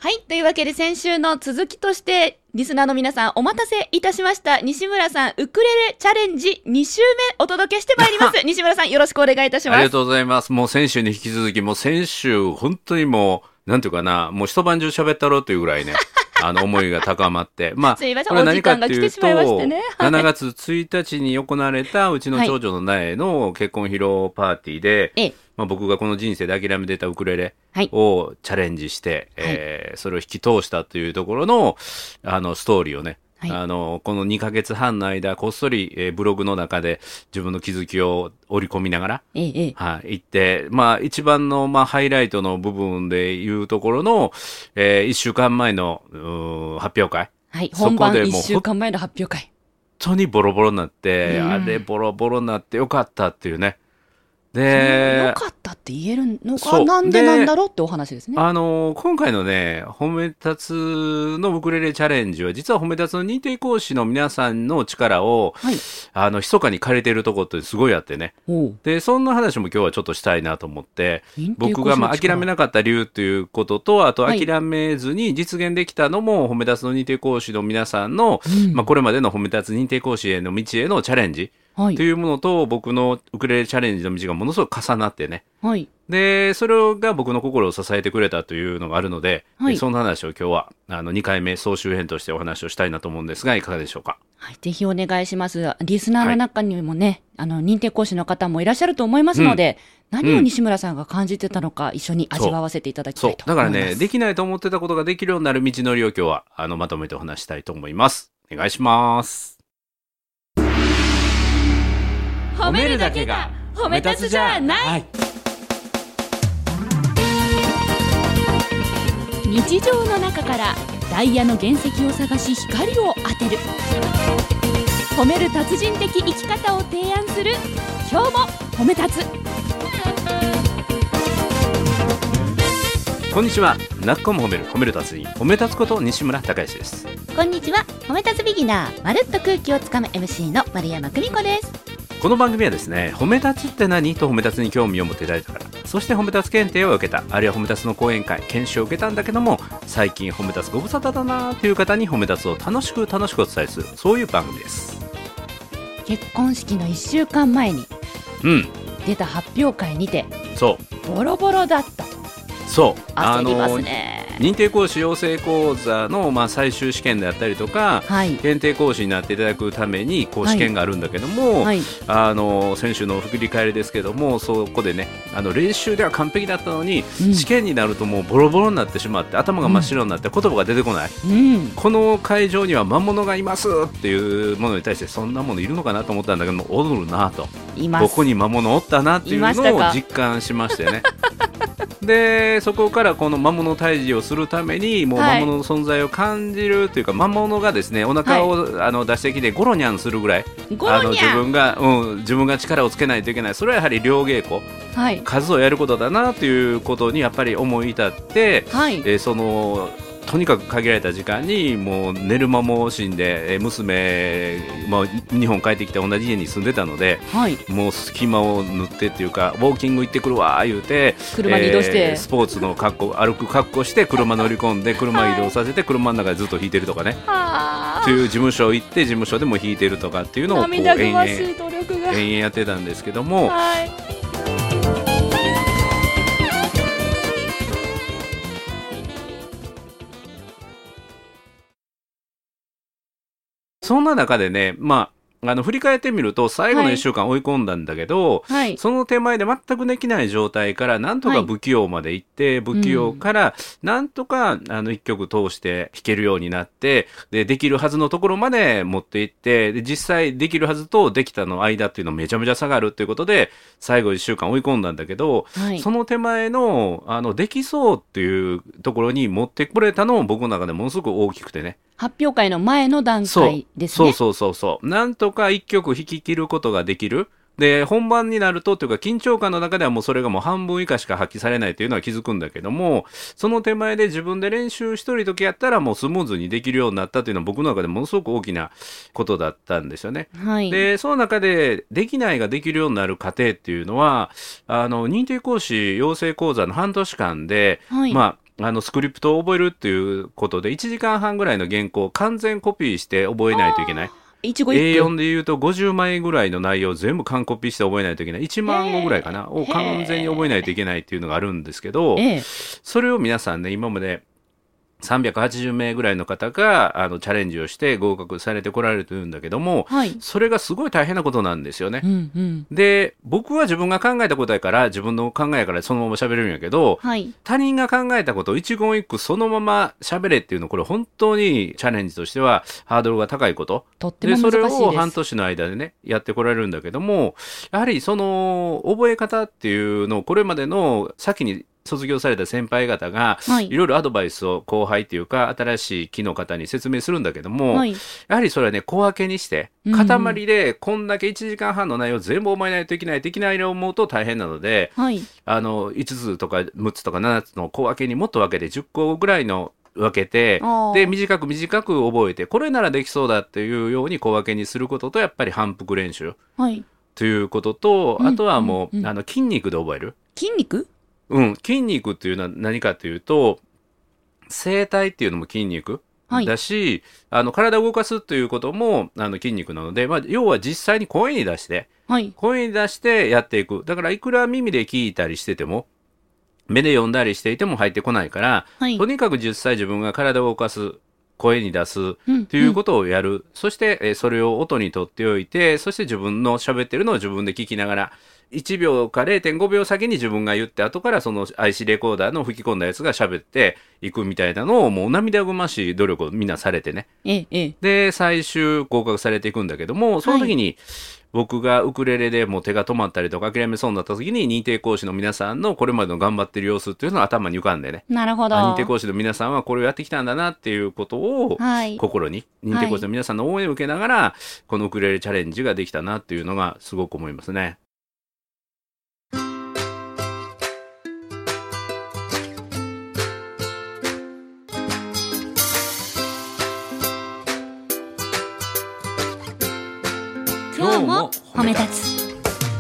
はい。というわけで先週の続きとして、リスナーの皆さんお待たせいたしました。西村さん、ウクレレチャレンジ2週目お届けしてまいります。西村さん、よろしくお願いいたします。 ありがとうございます。もう先週に引き続き、もう先週、本当にもう、なんていうかな、もう一晩中喋ったろうというぐらいね、思いが高まって。まあ、 すいません、 これは何かっていうと、 お時間が来てしまいましてね。はい、 7月1日に行われたうちの長女の苗の結婚披露パーティーで、 はい、 まあ、僕がこの人生で諦めてたウクレレをチャレンジして、それを引き通したというところの、ストーリーをね、はい、この2ヶ月半の間、こっそり、ブログの中で自分の気づきを織り込みながら、行って、まあ、一番の、まあ、ハイライトの部分でいうところの、1週間前の発表会。 はい、本番1週間前の発表会。 本当にボロボロになって、あれボロボロになってよかったっていうね。 で、よかったって言えるのか、なんでなんだろうってお話ですね。 今回のね、褒め立つのウクレレチャレンジは、実は褒め立つの認定講師の皆さんの力を、はい、密かに借りてるところってすごいあってね。で、そんな話も今日はちょっとしたいなと思って、僕がまあ諦めなかった理由ということと、あと諦めずに実現できたのも、褒め立つの認定講師の皆さんの、まあこれまでの褒め立つ認定講師への道へのチャレンジ。というものと僕のウクレレチャレンジの道がものすごく重なってね、はい、でそれが僕の心を支えてくれたというのがあるので、はい、そんな話を今日は2回目総集編としてお話をしたいなと思うんですが、いかがでしょうか。 はい、ぜひお願いします。リスナーの中にもね、認定講師の方もいらっしゃると思いますので、何を西村さんが感じてたのか一緒に味わわせていただきたいと思います。 だからね、できないと思ってたことができるようになる道のりを今日はまとめてお話したいと思います。お願いします。 褒めるだけが褒め立つじゃない。日常の中からダイヤの原石を探し光を当てる、褒める達人的生き方を提案する、今日も褒め立つ。 こんにちは。なっこも褒める達人、褒め立つこと西村孝之です。 こんにちは。褒め立つビギナー、まるっと空気をつかむ MC の丸山久美子です。 この番組はですね、褒め立つって何と褒め立つに興味を持っていただいたから、そして褒め立つ検定を受けた、あるいは褒め立つの講演会研修を受けたんだけども、最近褒め立つご無沙汰だなという方に褒め立つを楽しくお伝えする、そういう番組です。 結婚式の1週間前に出た発表会にて、ボロボロだったと。 そう焦りますね。 認定講師養成講座の、最終試験であったりとか、検定講師になっていただくために試験があるんだけども、先週の振り返りですけども、そこでね、練習では完璧だったのに、試験になるともうボロボロになってしまって、頭が真っ白になって言葉が出てこない、この会場には魔物がいますっていうものに対して、そんなものいるのかなと思ったんだけども、踊るなと、ここに魔物おったなっていうのを実感しましてねでそこからこの魔物退治をするために、もう魔物の存在を感じるというか、魔物がですね、お腹を、出してきてゴロニャンするぐらい、自分が力をつけないといけない。それはやはり両稽古、数をやることだなということにやっぱり思い至って、とにかく限られた時間にもう寝る間も惜しんで、娘も日本帰ってきて同じ家に住んでたので、もう隙間を縫ってっていうか、ウォーキング行ってくるわ言うて、 車に移動して、 スポーツの歩く格好して車乗り込んで、車移動させて、車の中でずっと弾いてるとかね、という事務所行って事務所でも弾いてるとかっていうのを涙ぐましい努力が延々やってたんですけども、そんな中でね、振り返ってみると最後の1週間追い込んだんだけど、その手前で全くできない状態からなんとか不器用まで行って、不器用からなんとか1曲通して弾けるようになって、できるはずのところまで持って行って、で実際できるはずとできたの間っていうのめちゃめちゃ差があるっていうことで、最後1週間追い込んだんだけど、その手前のできそうっていうところに持ってこれたのも僕の中でものすごく大きくてね。 発表会の前の段階ですね。 そうなんとか一曲弾き切ることができる。で本番になるとというか、緊張感の中ではもうそれがもう半分以下しか発揮されないというのは気づくんだけども、その手前で自分で練習しとる時やったらもうスムーズにできるようになったというのは僕の中でものすごく大きなことだったんですよね。でその中でできないができるようになる過程っていうのは、認定講師養成講座の半年間で、 スクリプトを覚えるっていうことで1時間半ぐらいの原稿を完全コピーして覚えないといけない。 一語一句 A4 で言うと50枚ぐらいの内容を全部完コピーして覚えないといけない。1万語ぐらいかなを完全に覚えないといけないっていうのがあるんですけど、それを皆さんね、今まで380名ぐらいの方がチャレンジをして合格されてこられるというんだけども、はい、それがすごい大変なことなんですよね、うんうん、で僕は自分が考えたことやから自分の考えやからそのまま喋れるんやけど、はい、他人が考えたことを一言一句そのまま喋れっていうのこれ本当にチャレンジとしてはハードルが高いこと。 とっても難しいです。 でそれを半年の間でねやってこられるんだけども、やはりその覚え方っていうのをこれまでの先に卒業された先輩方がいろいろアドバイスを後輩っていうか新しい期の方に説明するんだけども、はい、やはりそれはね小分けにして塊でこんだけ1時間半の内容全部覚えないといけないできないと思うと大変なので、はい、5つとか6つとか7つの小分けにもっと分けて10個ぐらいの分けてで短く覚えてこれならできそうだっていうように小分けにすることとやっぱり反復練習、はい、ということと、あとはもう、筋肉で覚える。 筋肉？ 筋肉っていうのは何かというと声帯っていうのも筋肉だし、はい、体を動かすということも筋肉なので、要は実際に声に出して、はい、声に出してやっていく。だからいくら耳で聞いたりしてても目で読んだりしていても入ってこないから、はい、とにかく実際自分が体を動かす声に出すということをやる、そしてそれを音にとっておいてそして自分の喋ってるのを自分で聞きながら1秒か 0.5 秒先に自分が言って後からその IC レコーダーの吹き込んだやつが喋っていくみたいなのをもう涙ぐましい努力をみんなされてね、で最終合格されていくんだけども、その時に、はい、僕がウクレレでもう手が止まったりとか諦めそうになった時に認定講師の皆さんのこれまでの頑張ってる様子っていうのが頭に浮かんでね、 なるほど、 認定講師の皆さんはこれをやってきたんだなっていうことを心に、認定講師の皆さんの応援を受けながらこのウクレレチャレンジができたなっていうのがすごく思いますね。 今日も褒め立つ。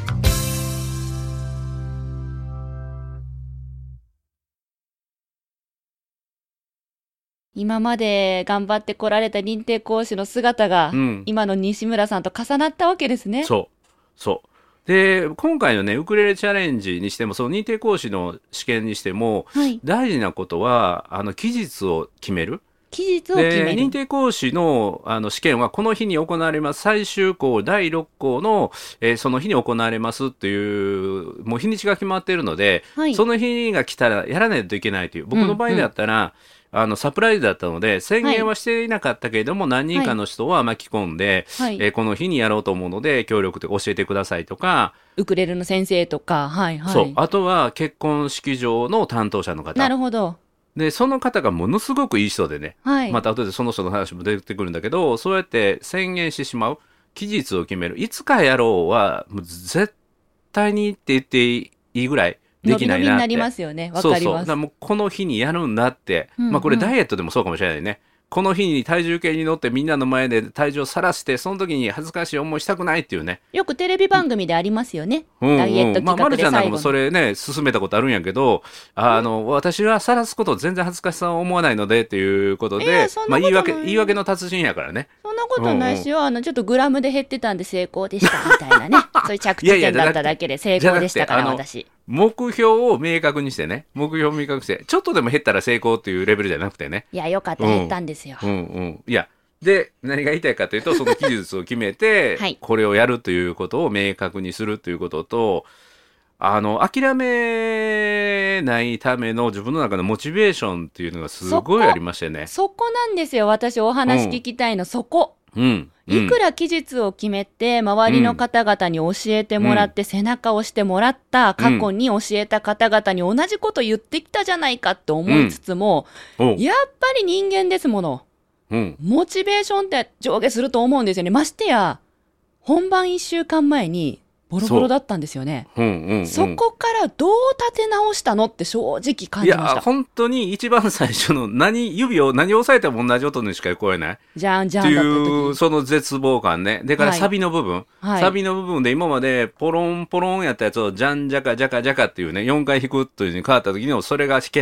今まで頑張ってこられた認定講師の姿が、今の西村さんと重なったわけですね。 そうで今回のねウクレレチャレンジにしてもその認定講師の試験にしても、はい、大事なことは期日を決める。で認定講師の、試験はこの日に行われます。最終校第6校の、その日に行われますっていうもう日にちが決まっているので、はい、その日が来たらやらないといけないという。僕の場合だったら、サプライズだったので宣言はしていなかったけれども、何人かの人は巻き込んで、この日にやろうと思うので協力で教えてくださいとか、 ウクレレの先生とか、 そうあとは結婚式場の担当者の方。 なるほど。 でその方がものすごくいい人でね、また後でその人の話も出てくるんだけど、そうやって宣言してしまう、期日を決める、いつかやろうはもう絶対にって言っていいぐらいできないなって。伸び伸びになりますよね。わかります。そうだからもうこの日にやるんだって、これダイエットでもそうかもしれないね。この日に体重計に乗ってみんなの前で体重をさらしてその時に恥ずかしい思いしたくないっていうね。 よくテレビ番組でありますよね、ダイエット企画で最後に。 まるちゃんなんかもそれね勧めたことあるんやけど、私はさらすこと全然恥ずかしさを思わないのでっていうことで、言い訳の達人やからね。 そんなことないしよ、ちょっとグラムで減ってたんで成功でしたみたいなねそういう着地点だっただけで成功でしたから私。 目標を明確にしてね、ちょっとでも減ったら成功っていうレベルじゃなくてね。 いやよかった、減ったんですよ。 いやで何が言いたいかというとその期日を決めて、これをやるということを明確にするということと、諦めないための自分の中のモチベーションっていうのがすごいありましてね。 そこなんですよ、私お話聞きたいの、そこ。いくら期日を決めて周りの方々に教えてもらって、背中を押してもらった、過去に教えた方々に同じこと言ってきたじゃないかって思いつつも、やっぱり人間ですもの、モチベーションって上下すると思うんですよね。ましてや本番1週間前にボロボロだったんですよね。そこからどう立て直したのって正直感じました。 いや本当に一番最初の指を何を押さえても同じ音にしか聞こえないじゃんじゃんっていうその絶望感ね。だからサビの部分、サビの部分で今までポロンポロンやったやつをジャンジャカジャカジャカっていうね4回弾くという風に変わった時にもそれが弾けない。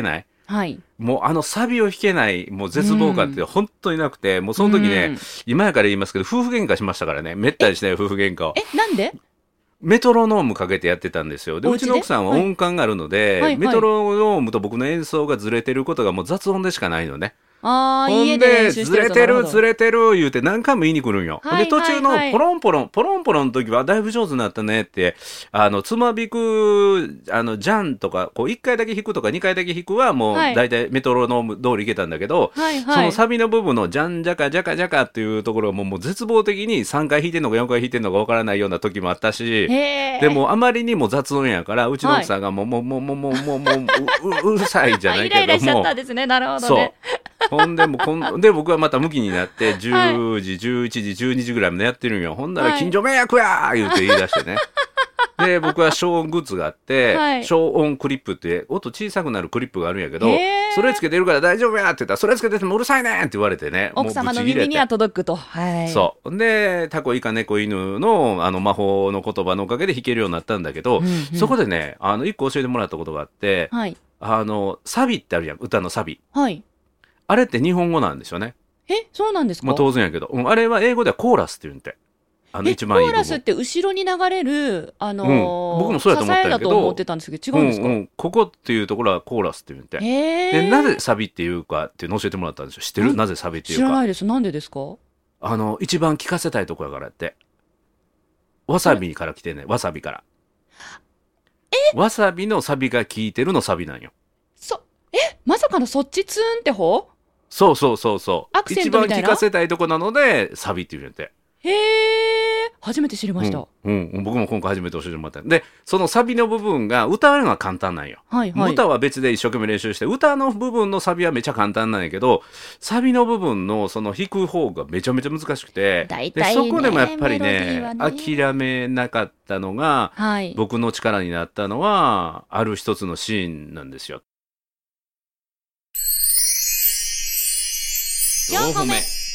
はい、 もうサビを弾けないもう絶望感って本当になくて、もうその時ね、今やから言いますけど夫婦喧嘩しましたからね。めったにしない夫婦喧嘩を。 なんで？ メトロノームかけてやってたんですよ。でうちの奥さんは音感があるので、メトロノームと僕の演奏がずれてることがもう雑音でしかないのね。ほんでずれてる言うて何回も言いに来るんよ。で途中のポロンポロンの時はだいぶ上手になったねってつまびくジャンとかこう1回だけ弾くとか2回だけ弾くはもう大体メトロノーム通りいけたんだけど、そのサビの部分のジャンジャカジャカジャカっていうところがもう絶望的に3回弾いてんのか4回弾いてんのかわからないような時もあったし、でもあまりにも雑音やからうちの奥さんがもううるさいじゃないけども、イライラしちゃったんですね。なるほどね。ほんでで僕はまた向きになって10時、11時、12時ぐらいまでやってるんよ。ほんなら近所迷惑やー言うて言い出してね。で僕は消音グッズがあって、消音クリップって音小さくなるクリップがあるんやけど、それつけてるから大丈夫やって言ったら、それつけててもうるさいねんって言われてね、 奥様の耳には届くと。 そうでタコイカ猫犬の魔法の言葉のおかげで弾けるようになったんだけど、そこでね一個教えてもらったことがあって、サビってあるやん、歌のサビ。あれって日本語なんですよね。 そうなんですか？ 当然やけど、あれは英語ではコーラスって言うんで。一番いい部分。 コーラスって後ろに流れる僕もそうやと思ったんやけど、 支えだと思ってたんですけど違うんですか？ ここっていうところはコーラスって言うんで。でなぜサビっていうかっていうのを教えてもらったんですよ。知ってる？なぜサビっていうか。 知らないです。なんでですか？ 一番聞かせたいところやからって。わさびから来てね。わさびから。わさびのサビが効いてるのサビなんよ。 まさかのそっちツーンって方？ そう。 アクセントみたいな。 一番聞かせたいとこなのでサビって言うんやって。 初めて知りました。 僕も今回初めて教えてもらった。でそのサビの部分が歌うのは簡単なんよ。歌は別で一生懸命練習して、歌の部分のサビはめちゃ簡単なんやけど、サビの部分のその弾く方がめちゃめちゃ難しくて、でそこでもやっぱりね諦めなかったのが、僕の力になったのはある一つのシーンなんですよ。4歩目。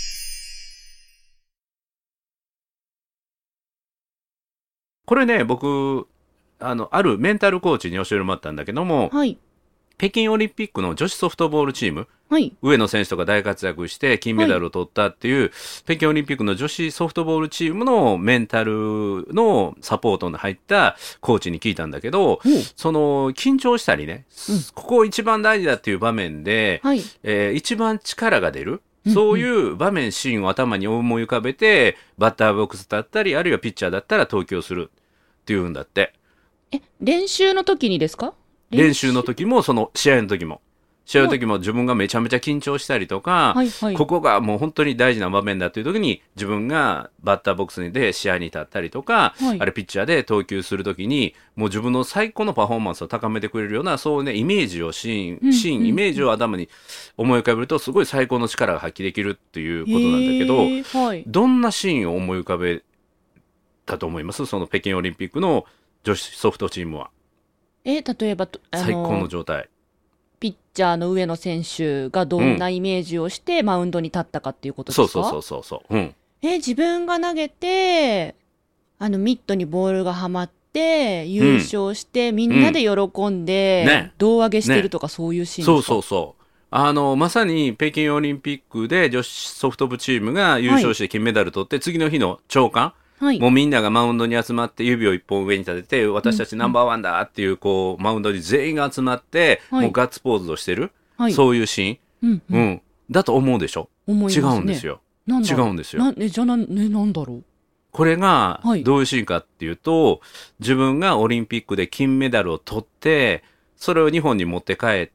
これね僕あるメンタルコーチに教えてもらったんだけども、北京オリンピックの女子ソフトボールチーム、上野選手とか大活躍して金メダルを取ったっていう、北京オリンピックの女子ソフトボールチームのメンタルのサポートに入ったコーチに聞いたんだけど、その緊張したりね、ここ一番大事だっていう場面で、一番力が出るそういう場面シーンを頭に思い浮かべて、バッターボックスだったりあるいはピッチャーだったら投球するっていうんだって。 練習の時にですか？ 練習の時もその試合の時も自分がめちゃめちゃ緊張したりとか、ここがもう本当に大事な場面だという時に自分がバッターボックスで試合に立ったりとか、あれピッチャーで投球する時にもう自分の最高のパフォーマンスを高めてくれるようなそうねイメージをシーンイメージを頭に思い浮かべるとすごい最高の力が発揮できるっていうことなんだけど、どんなシーンを思い浮かべたと思います？その北京オリンピックの女子ソフトチームは。例えば最高の状態。 ピッチャーの上野選手がどんなイメージをしてマウンドに立ったかっていうことですか？ そう。 自分が投げてミットにボールがはまって優勝して、みんなで喜んで、胴上げしてるとか、そういうシーンですか？ そうまさに北京オリンピックで女子ソフト部チームが優勝して金メダル取って、次の日の朝刊、もうみんながマウンドに集まって指を一本上に立てて私たちナンバーワンだっていう、こうマウンドに全員が集まって、もうガッツポーズをしてる、そういうシーン、だと思うでしょ？違うんですよ。違うんですよ。 じゃあなんだろう。 これがどういうシーンかっていうと、自分がオリンピックで金メダルを取ってそれを日本に持って帰って、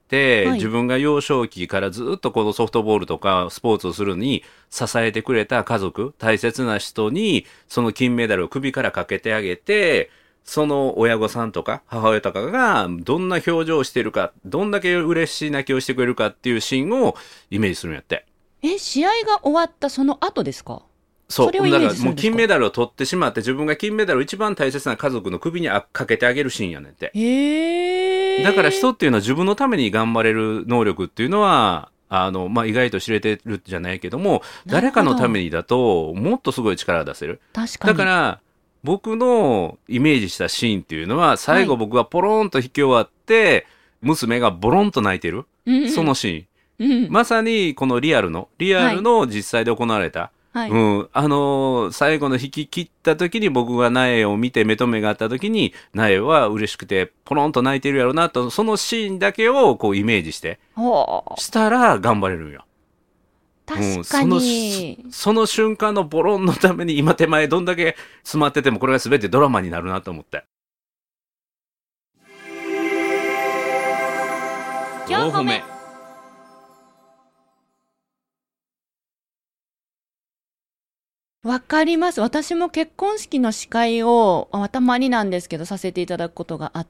自分が幼少期からずっとこのソフトボールとかスポーツをするのに支えてくれた家族、大切な人にその金メダルを首からかけてあげて、その親御さんとか母親とかがどんな表情をしているか、どんだけ嬉しい泣きをしてくれるかっていうシーンをイメージするんやって。 試合が終わったその後ですか？ そう、だからもう金メダルを取ってしまって、自分が金メダルを一番大切な家族の首にかけてあげるシーンやねんて。だから人っていうのは自分のために頑張れる能力っていうのは意外と知れてるじゃないけども、誰かのためにだともっとすごい力が出せる。 確かに。 だから僕のイメージしたシーンっていうのは、最後僕がポロンと弾き終わって、娘がボロンと泣いてる。 そのシーン、まさにこのリアルの実際で行われた、最後の引き切った時に僕が苗を見て目と目があった時に苗は嬉しくてポロンと泣いてるやろうなと、そのシーンだけをこうイメージしてしたら頑張れるんよ。 確かに、 その瞬間のボロンのために今手前どんだけ詰まっててもこれが全てドラマになるなと思って。 4歩目。わかります。私も結婚式の司会をたまになんですけどさせていただくことがあって、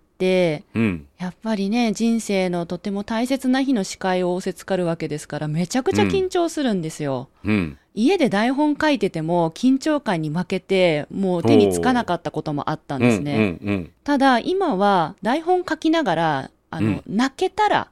やっぱりね、人生のとても大切な日の司会を仰せつかるわけですからめちゃくちゃ緊張するんですよ。家で台本書いてても緊張感に負けてもう手につかなかったこともあったんですね。ただ今は台本書きながら泣けたら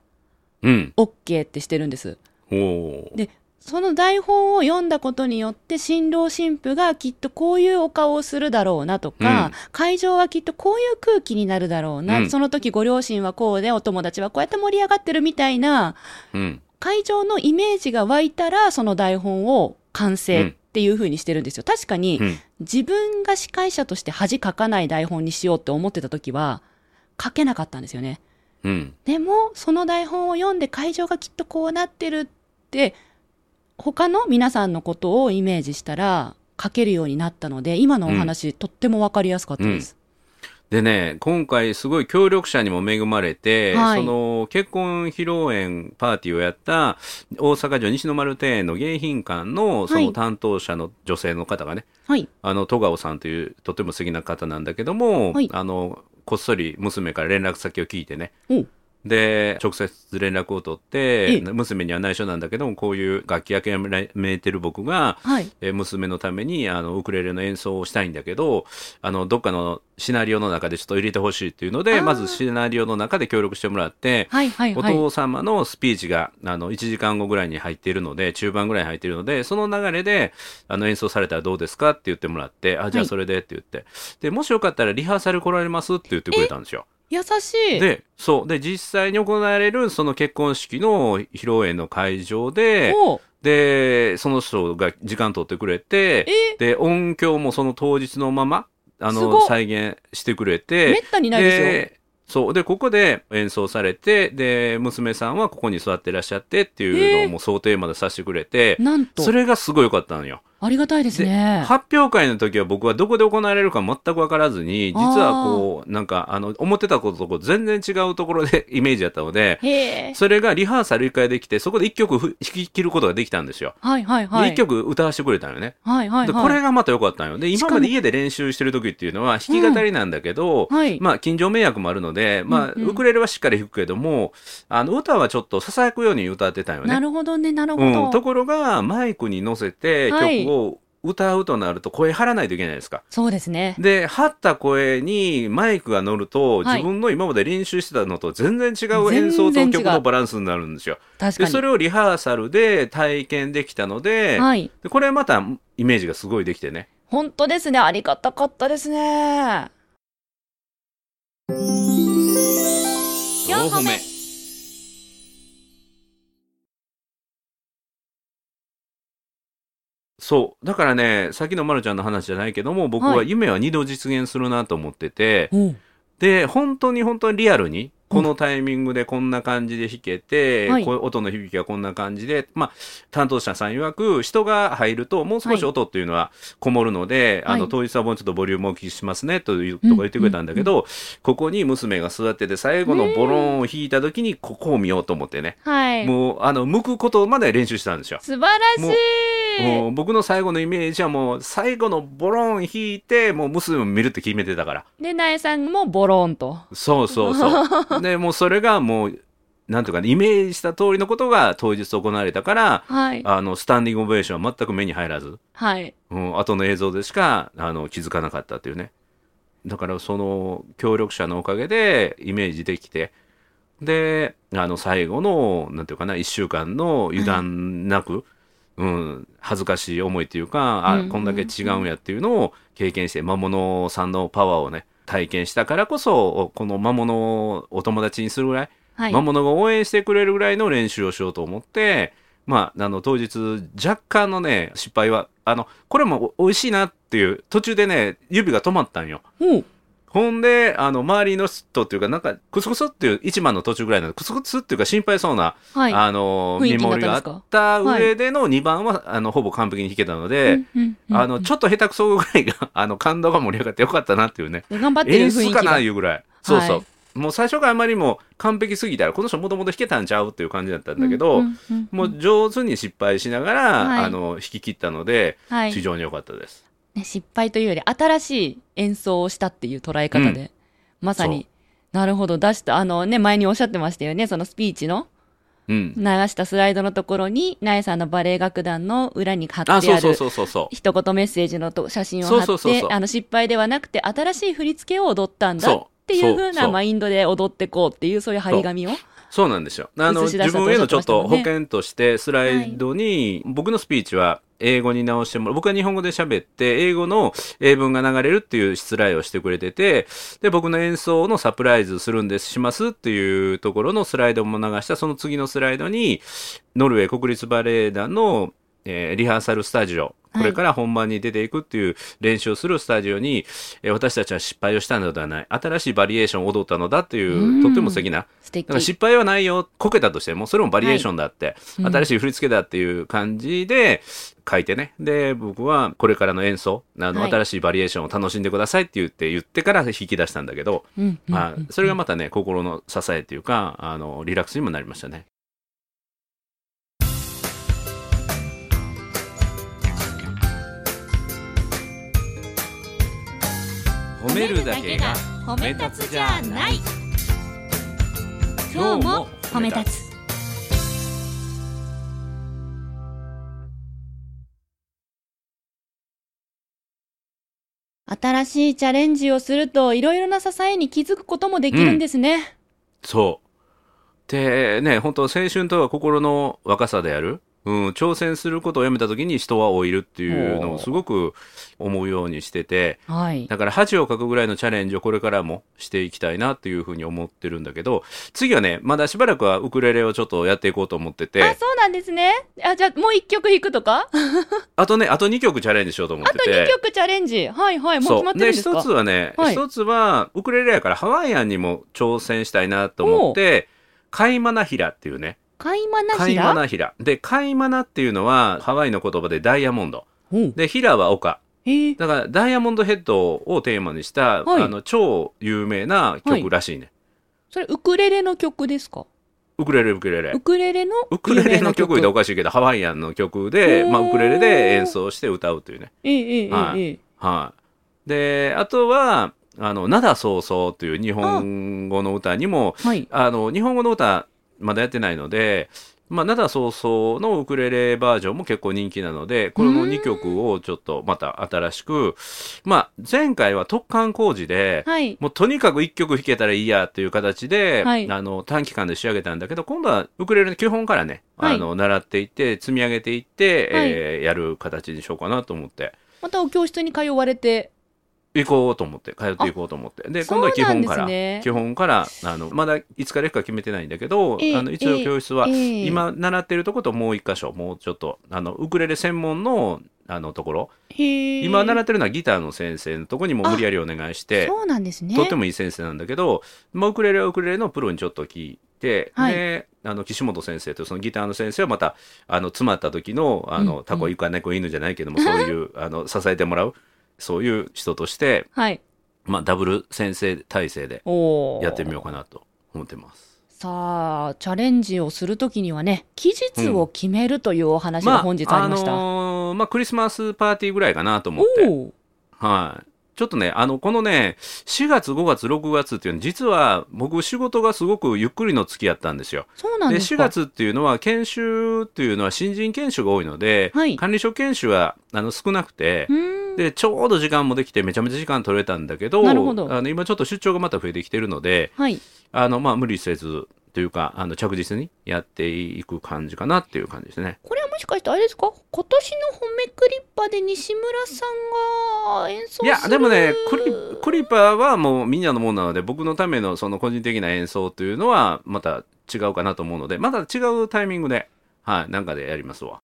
OK ってしてるんです。でその台本を読んだことによって新郎新婦がきっとこういうお顔をするだろうなとか、会場はきっとこういう空気になるだろうな、その時ご両親はこうでお友達はこうやって盛り上がってるみたいな、会場のイメージが湧いたらその台本を完成っていう風にしてるんですよ。確かに、自分が司会者として恥かかない台本にしようって思ってた時は書けなかったんですよね。でもその台本を読んで会場がきっとこうなってるって他の皆さんのことをイメージしたら書けるようになったので今のお話、とっても分かりやすかったです。 でね、今回すごい協力者にも恵まれて、その結婚披露宴パーティーをやった大阪城西の丸庭園の迎賓館のその担当者の女性の方がね、戸川さんというとても素敵な方なんだけども、こっそり娘から連絡先を聞いてね、で直接連絡を取って、娘には内緒なんだけどもこういう楽器諦めてる僕が、娘のためにウクレレの演奏をしたいんだけどどっかのシナリオの中でちょっと入れてほしいっていうのでまずシナリオの中で協力してもらって、お父様のスピーチが1時間後ぐらいに入っているので中盤ぐらいに入っているのでその流れで演奏されたらどうですかって言ってもらってじゃあそれでって言って、でもしよかったらリハーサル来られますって言ってくれたんですよ。 優しい。 で実際に行われるその結婚式の披露宴の会場でその人が時間取ってくれて、で音響もその当日のまま再現してくれて、 めったにないですよ。 でここで演奏されてで娘さんはここに座ってらっしゃってっていうのをもう想定までさせてくれて、 なんとそれがすごい良かったのよ。 ありがたいですね。 発表会の時は僕はどこで行われるか全く分からずに実はこうなんか思ってたことと全然違うところでイメージだったのでそれがリハーサル1回できてそこで1曲弾き切ることができたんですよ。1曲歌わせてくれたのよね。でこれがまた良かったのよ。で今まで家で練習してる時っていうのは弾き語りなんだけど、近所迷惑もあるので、ウクレレはしっかり弾くけども歌はちょっとささやくように歌ってたよね。 なるほどね、なるほど。 ところがマイクに乗せて曲を歌うとなると声張らないといけないですか。 そうですね。 で張った声にマイクが乗ると、自分の今まで練習してたのと全然違う演奏と曲のバランスになるんですよ。 確かに。 でそれをリハーサルで体験できたので、でこれまたイメージがすごいできてね。 本当ですね、ありがたかったですね。4歩目。 そうだからね、さっきのまるちゃんの話じゃないけども僕は夢は2度実現するなと思ってて、で本当にリアルにこのタイミングでこんな感じで弾けて、音の響きがこんな感じで、担当者さん曰く人が入るともう少し音っていうのはこもるので、当日はもうちょっとボリュームをお聞きしますねというとか言ってくれたんだけど、ここに娘が座ってて最後のボロンを弾いた時にここを見ようと思ってね、もう向くことまで練習したんですよ。 素晴らしい。 もう僕の最後のイメージはもう最後のボロン弾いてもう娘を見るって決めてたから。 で苗さんもボロンと。 そうでもうそれがもうなんとかねイメージした通りのことが当日行われたから、スタンディングオベーションは全く目に入らず、後の映像でしか気づかなかったっていうね。だからその協力者のおかげでイメージできて、で最後のなんていうかな1週間の油断なく、恥ずかしい思いっていうかこんだけ違うんやっていうのを経験して魔物さんのパワーをね体験したからこそこの魔物をお友達にするぐらい魔物が応援してくれるぐらいの練習をしようと思って、当日若干のね失敗はこれも美味しいなっていう途中でね指が止まったんよ。ほんで周りの人っていうかなんかクスクスっていう1番の途中ぐらいのクスクスっていうか心配そうな、見守りがあった上での2番はほぼ完璧に弾けたので、ちょっと下手くそぐらいが感動が盛り上がってよかったなっていうね、 頑張ってる雰囲気が演出かないうぐらい、そうそう、もう最初からあまりも完璧すぎたらこの人もともと弾けたんちゃうっていう感じだったんだけど、もう上手に失敗しながら、弾き切ったので、非常に良かったです。 失敗というより新しい演奏をしたっていう捉え方で、まさになるほど出した前におっしゃってましたよね、そのスピーチの、流したスライドのところに苗さんのバレエ楽団の裏に貼ってある一言メッセージの写真を貼って失敗ではなくて新しい振り付けを踊ったんだっていう風なマインドで踊ってこうっていうそういう張り紙をそうなんですよ。自分へのちょっと保険としてスライドに、僕のスピーチは英語に直してもらう、僕は日本語で喋って英語の英文が流れるっていうしつらいをしてくれてて、で僕の演奏のサプライズするんですしますっていうところのスライドも流した、その次のスライドにノルウェー国立バレエ団のリハーサルスタジオ、これから本番に出ていくっていう練習をするスタジオに、私たちは失敗をしたのではない、新しいバリエーションを踊ったのだっていう、とっても素敵な、だから失敗はないよ、こけたとしてもそれもバリエーションだって、新しい振り付けだっていう感じで書いてね、で僕はこれからの演奏新しいバリエーションを楽しんでくださいって言ってから引き出したんだけど、それがまたね心の支えっていうかリラックスにもなりましたね。褒めるだけが褒め立つじゃない。 今日も褒め立つ。新しいチャレンジをするといろいろな支えに気づくこともできるんですね。 そうでね、本当青春とは心の若さである、挑戦することをやめた時に人は老いるっていうのをすごく思うようにしてて、だから恥をかくぐらいのチャレンジをこれからもしていきたいなっていうふうに思ってるんだけど、次はねまだしばらくはウクレレをちょっとやっていこうと思ってて。 そうなんですね。じゃあもう1曲弾くとかあと2曲チャレンジしようと思ってて。 あと2曲チャレンジ、もう決まってるんですか。 一つはね、一つはウクレレやからハワイアンにも挑戦したいなと思って、カイマナヒラっていうね、カイマナヒラで、カイマナっていうのはハワイの言葉でダイヤモンドで、ヒラは丘だからダイヤモンドヘッドをテーマにした、超有名な曲らしいね。 それウクレレの曲ですか。 ウクレレの曲でおかしいけどハワイアンの曲で、ウクレレで演奏して歌うというね。であとは灘そうそうという日本語の歌にも、日本語の歌まだやってないので、灘そうそうのウクレレバージョンも結構人気なので、この2曲をちょっとまた新しく、前回は突貫工事で、もうとにかく1曲弾けたらいいやっていう形で、短期間で仕上げたんだけど、今度はウクレレの基本からね、習っていって積み上げていって、やる形にしようかなと思って、 またお教室に通われて通っていこうと思って、で今度は基本からまだいつから行くか決めてないんだけど、一応教室は今習ってるところともう一箇所、もうちょっとウクレレ専門のところ、今習ってるのはギターの先生のところにも無理やりお願いして、 そうなんですね、 とってもいい先生なんだけど、ウクレレはウクレレのプロにちょっと聞いて、で岸本先生とそのギターの先生はまた詰まった時のタコイカ猫犬じゃないけども、そういう支えてもらうそういう人として、ダブル先生体制でやってみようかなと思ってます。 さあチャレンジをするときにはね、期日を決めるというお話が本日ありました。 クリスマスパーティーぐらいかなと思って、ちょっとねこのね4月5月6月っていうのは実は僕仕事がすごくゆっくりの月やったんですよ。 そうなんですか。 で4月っていうのは研修っていうのは新人研修が多いので、管理職研修は少なくて、でちょうど時間もできてめちゃめちゃ時間取れたんだけど、今ちょっと出張がまた増えてきてるので、無理せずっというか着実にやっていく感じかなっていう感じですね。 これはもしかしてあれですか、今年の褒めクリッパで西村さんが演奏する。 いやでもねクリッパはもうみんなのものなので、僕のためのその個人的な演奏というのはまた違うかなと思うので、また違うタイミングで、はい、なんかでやりますわ。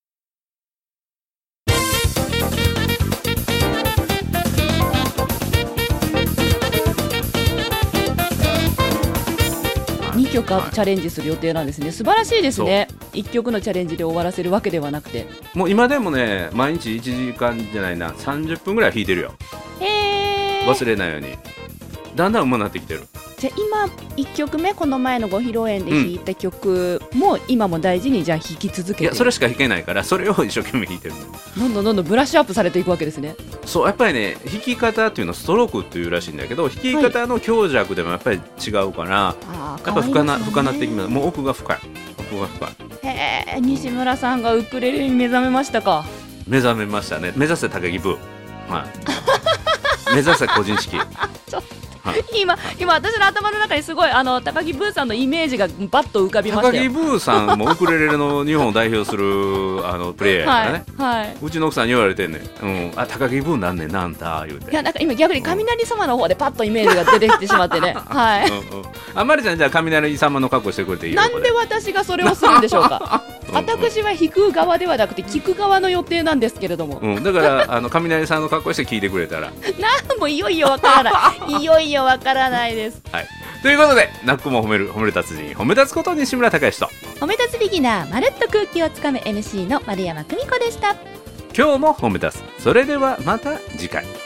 2曲チャレンジする予定なんですね。素晴らしいですね。1曲のチャレンジで終わらせるわけではなくて、もう今でもね毎日1時間じゃないな30分ぐらい弾いてるよ。忘れないように。だんだん上手くなってきてる。 じゃあ今1曲目、この前のご披露宴で弾いた曲も今も大事にじゃあ弾き続けて。 いやそれしか弾けないから、それを一生懸命弾いてる。 どんどんブラッシュアップされていくわけですね。 そうやっぱりね、弾き方っていうのはストロークっていうらしいんだけど、弾き方の強弱でもやっぱり違うから、やっぱ深なっていきます。もう奥が深い。 へえ、西村さんがウクレレに目覚めましたか。 目覚めましたね。目指せ高木ブー、はい、目指せ個人式はい、 今私の頭の中にすごい高木ブーさんのイメージがバッと浮かびましたよ。 高木ブーさんもウクレレの日本を代表するプレイヤーやからね、 はい、 うちの奥さんに言われてんねん、高木ブーなんねんなんだ言うて。 いやなんか今逆に雷様の方でパッとイメージが出てきてしまってねはいあまりちゃんじゃあ雷様の格好してくれていいよ。 なんで私がそれをするんでしょうか私は弾く側ではなくて聞く側の予定なんですけれども、 だから雷さんの格好して聞いてくれたらなんもいよいよわからないいよいよわからないです、 はい、ということでなっこも褒める達人、褒め立つこと西村孝之と褒め立つビギナー、まるっと空気をつかむ MC の丸山久美子でした。 今日も褒め立つ。それではまた次回。